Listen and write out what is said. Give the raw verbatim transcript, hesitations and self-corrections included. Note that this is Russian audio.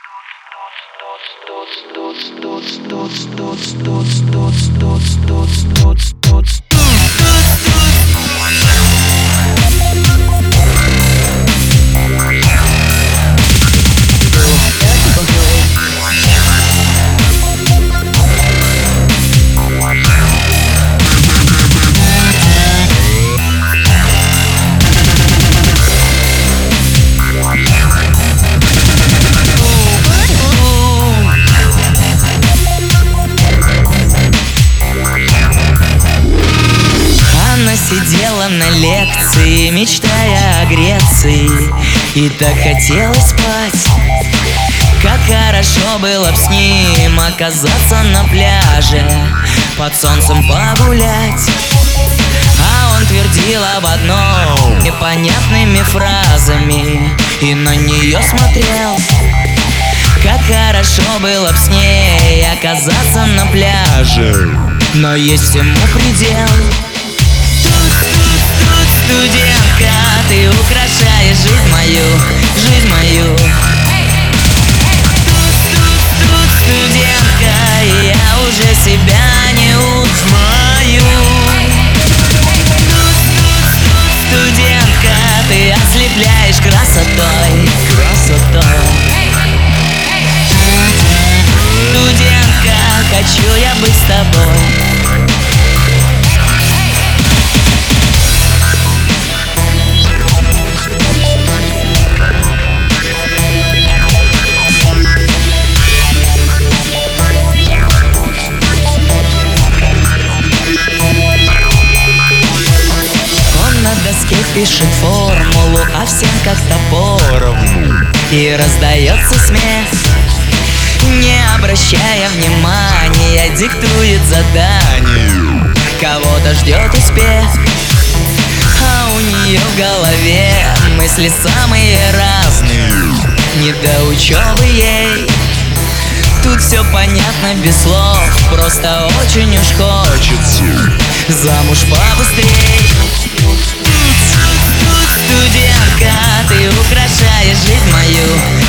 Сидела на лекции, мечтая о Греции, и так хотелось спать. Как хорошо было б с ним оказаться на пляже, под солнцем погулять. А он твердил об одном непонятными фразами и на нее смотрел. Как хорошо было б с ней оказаться на пляже, но есть ему предел. Студентка, ты украшаешь жизнь мою, жизнь мою. Тут студентка, я уже себя не узнаю. Студентка, ты ослепляешь красотой, красотой. Студентка, хочу я быть с тобой. Пишет формулу, а всем как-то поровну, и раздается смех. Не обращая внимания, диктует задание, кого-то ждет успех. А у нее в голове мысли самые разные, не до учебы ей. Тут все понятно без слов, просто очень уж хочется замуж побыстрей. Студентка, ты украшаешь жизнь мою,